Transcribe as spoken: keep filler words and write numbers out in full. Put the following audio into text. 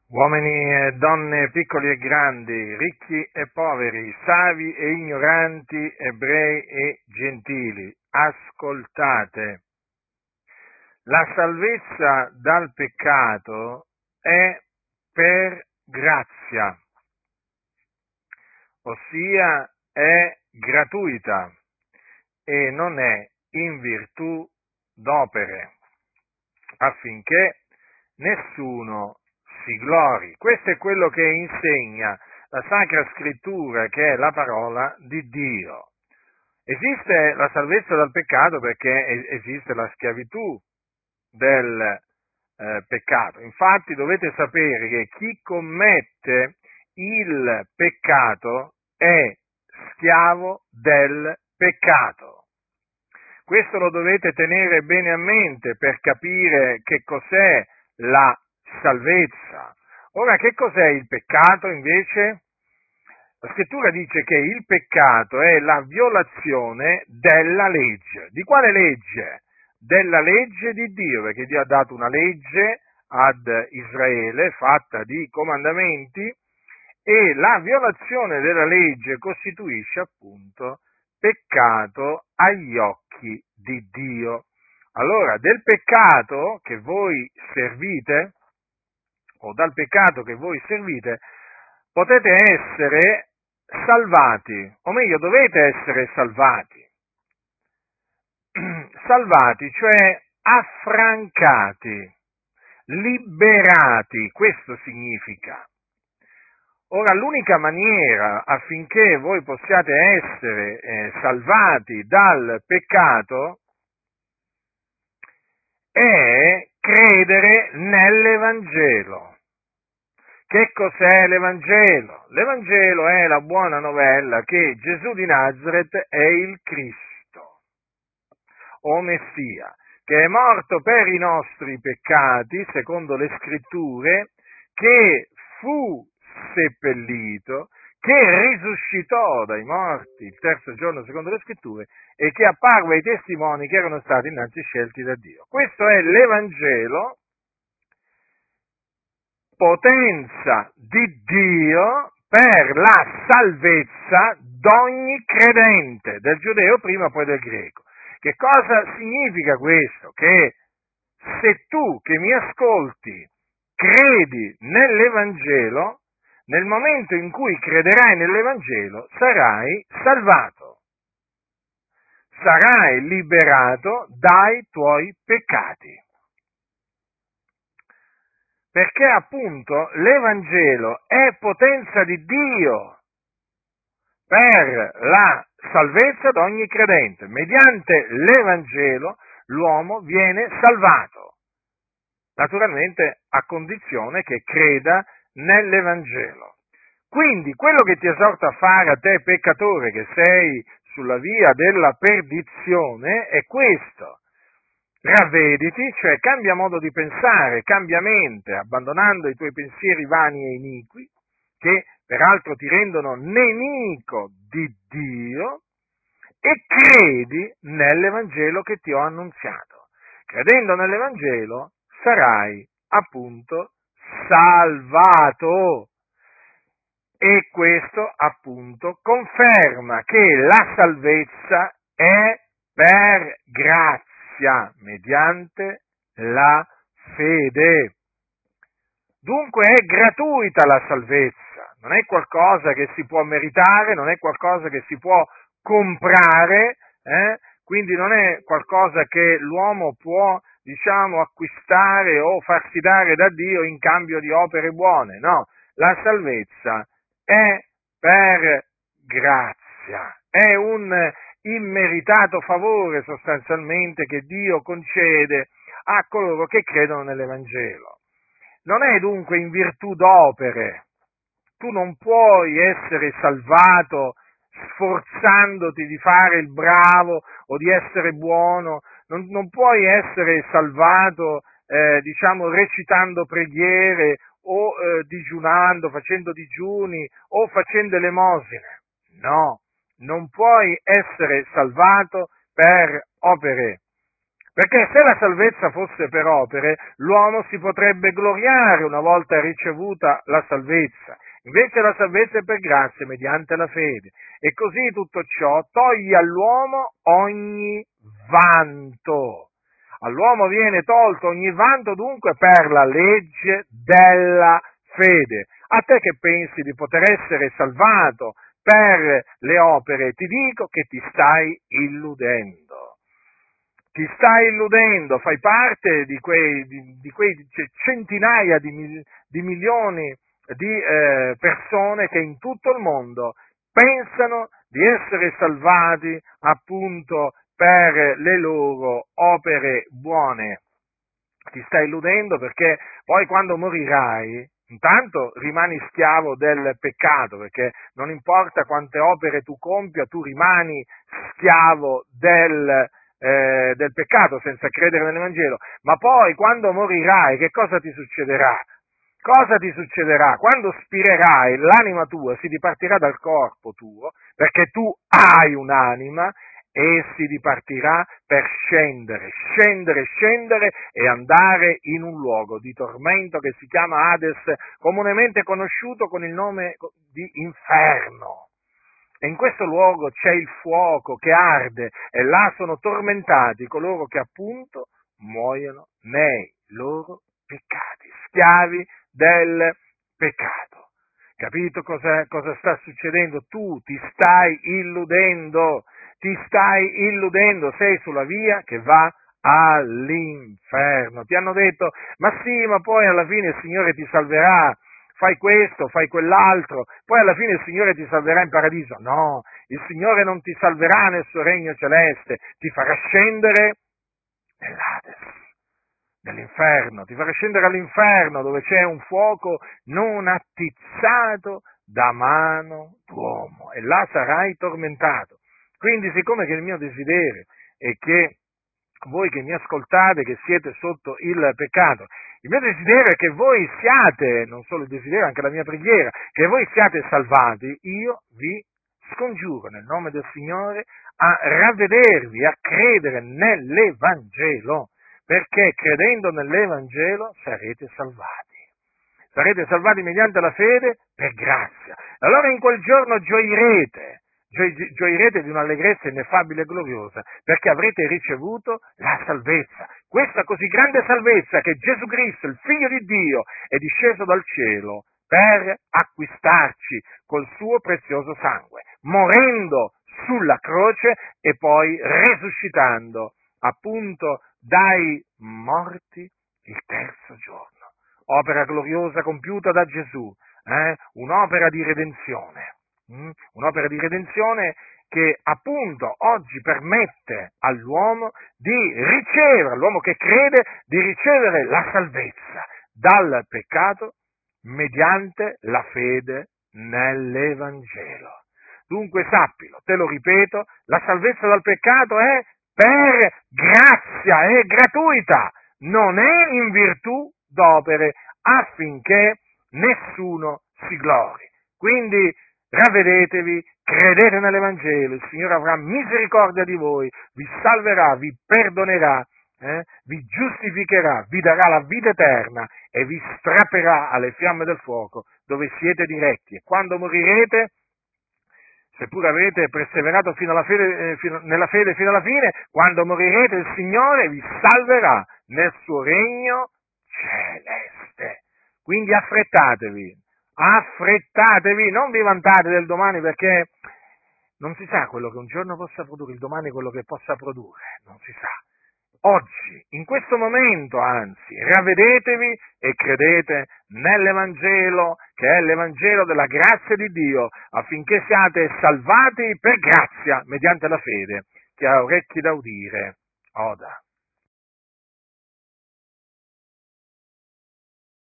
Uomini e donne, piccoli e grandi, ricchi e poveri, savi e ignoranti, ebrei e gentili, ascoltate. La salvezza dal peccato è per grazia, ossia è gratuita e non è in virtù d'opere, affinché nessuno si glori. Questo è quello che insegna la Sacra Scrittura, che è la parola di Dio. Esiste la salvezza dal peccato perché esiste la schiavitù del eh, peccato. Infatti dovete sapere che chi commette il peccato è schiavo del peccato. Questo lo dovete tenere bene a mente per capire che cos'è la salvezza. Ora, che cos'è il peccato invece? La scrittura dice che il peccato è la violazione della legge. Di quale legge? Della legge di Dio, perché Dio ha dato una legge ad Israele fatta di comandamenti e la violazione della legge costituisce appunto peccato agli occhi di Dio. Allora, del peccato che voi servite, o dal peccato che voi servite, potete essere salvati, o meglio, dovete essere salvati. Salvati, cioè affrancati, liberati, questo significa. Ora, l'unica maniera affinché voi possiate essere eh, salvati dal peccato è credere nell'Evangelo. Che cos'è l'Evangelo? L'Evangelo è la buona novella che Gesù di Nazaret è il Cristo, o Messia, che è morto per i nostri peccati, secondo le Scritture, che fu seppellito, che risuscitò dai morti il terzo giorno secondo le Scritture e che apparve ai testimoni che erano stati innanzi scelti da Dio. Questo è l'Evangelo, potenza di Dio per la salvezza d'ogni credente, del giudeo prima poi del greco. Che cosa significa questo? Che se tu che mi ascolti credi nell'Evangelo, nel momento in cui crederai nell'Evangelo sarai salvato, sarai liberato dai tuoi peccati. Perché appunto l'Evangelo è potenza di Dio per la salvezza di ogni credente. Mediante l'Evangelo l'uomo viene salvato, naturalmente a condizione che creda nell'Evangelo. Quindi quello che ti esorto a fare a te peccatore che sei sulla via della perdizione è questo: ravvediti, cioè cambia modo di pensare, cambia mente, abbandonando i tuoi pensieri vani e iniqui, che peraltro ti rendono nemico di Dio, e credi nell'Evangelo che ti ho annunziato. Credendo nell'Evangelo sarai appunto salvato. E questo appunto conferma che la salvezza è per grazia, mediante la fede. Dunque è gratuita la salvezza, non è qualcosa che si può meritare, non è qualcosa che si può comprare, eh? Quindi non è qualcosa che l'uomo può, diciamo, acquistare o farsi dare da Dio in cambio di opere buone, no, la salvezza è per grazia, è un immeritato favore sostanzialmente che Dio concede a coloro che credono nell'Evangelo. Non è dunque in virtù d'opere. Tu non puoi essere salvato sforzandoti di fare il bravo o di essere buono, non, non puoi essere salvato, eh, diciamo, recitando preghiere o eh, digiunando, facendo digiuni o facendo elemosine. No, non puoi essere salvato per opere. Perché se la salvezza fosse per opere, l'uomo si potrebbe gloriare una volta ricevuta la salvezza. Invece la salvezza è per grazia, mediante la fede. E così tutto ciò toglie all'uomo ogni vanto. All'uomo viene tolto ogni vanto dunque per la legge della fede. A te che pensi di poter essere salvato per le opere, ti dico che ti stai illudendo. Ti stai illudendo, fai parte di quei, di, di quei centinaia di, mil, di milioni di eh, persone che in tutto il mondo pensano di essere salvati appunto per le loro opere buone. Ti stai illudendo perché poi quando morirai, intanto rimani schiavo del peccato, perché non importa quante opere tu compia, tu rimani schiavo del, eh, del peccato senza credere nell'Evangelo. Ma poi quando morirai, che cosa ti succederà? Cosa ti succederà? Quando spirerai, l'anima tua si dipartirà dal corpo tuo, perché tu hai un'anima, e si dipartirà per scendere, scendere, scendere e andare in un luogo di tormento che si chiama Hades, comunemente conosciuto con il nome di inferno. E in questo luogo c'è il fuoco che arde e là sono tormentati coloro che appunto muoiono nei loro peccati, schiavi del peccato. Capito cosa, cosa sta succedendo? Tu ti stai illudendo, ti stai illudendo, sei sulla via che va all'inferno. Ti hanno detto, ma sì, ma poi alla fine il Signore ti salverà, fai questo, fai quell'altro, poi alla fine il Signore ti salverà in paradiso. No, il Signore non ti salverà nel suo regno celeste, ti farà scendere nell'Hades, nell'inferno, ti farà scendere all'inferno dove c'è un fuoco non attizzato da mano d'uomo e là sarai tormentato. Quindi, siccome che il mio desiderio è che voi che mi ascoltate, che siete sotto il peccato, il mio desiderio è che voi siate, non solo il desiderio, anche la mia preghiera, che voi siate salvati, io vi scongiuro nel nome del Signore a ravvedervi, a credere nell'Evangelo, perché credendo nell'Evangelo sarete salvati. Sarete salvati mediante la fede per grazia. Allora in quel giorno gioirete, gio- gioirete di un'allegrezza ineffabile e gloriosa, perché avrete ricevuto la salvezza. Questa così grande salvezza che Gesù Cristo, il Figlio di Dio, è disceso dal cielo per acquistarci col suo prezioso sangue, morendo sulla croce e poi resuscitando appunto dai morti il terzo giorno. Opera gloriosa compiuta da Gesù, eh? un'opera di redenzione, hm? un'opera di redenzione che appunto oggi permette all'uomo di ricevere, all'uomo che crede, di ricevere la salvezza dal peccato mediante la fede nell'Evangelo. Dunque sappilo, te lo ripeto, la salvezza dal peccato è per grazia, è gratuita, non è in virtù d'opere, affinché nessuno si glori. Quindi ravvedetevi, credete nell'Evangelo, il Signore avrà misericordia di voi, vi salverà, vi perdonerà, eh, vi giustificherà, vi darà la vita eterna e vi strapperà alle fiamme del fuoco dove siete diretti. E quando morirete, seppur avete perseverato fino alla fede, eh, fino, nella fede fino alla fine, quando morirete il Signore vi salverà nel suo regno celeste. Quindi affrettatevi, affrettatevi, non vi vantate del domani perché non si sa quello che un giorno possa produrre, il domani quello che possa produrre, non si sa. Oggi, in questo momento, anzi, ravvedetevi e credete nell'Evangelo, che è l'Evangelo della grazia di Dio, affinché siate salvati per grazia, mediante la fede. Chi ha orecchi da udire, oda.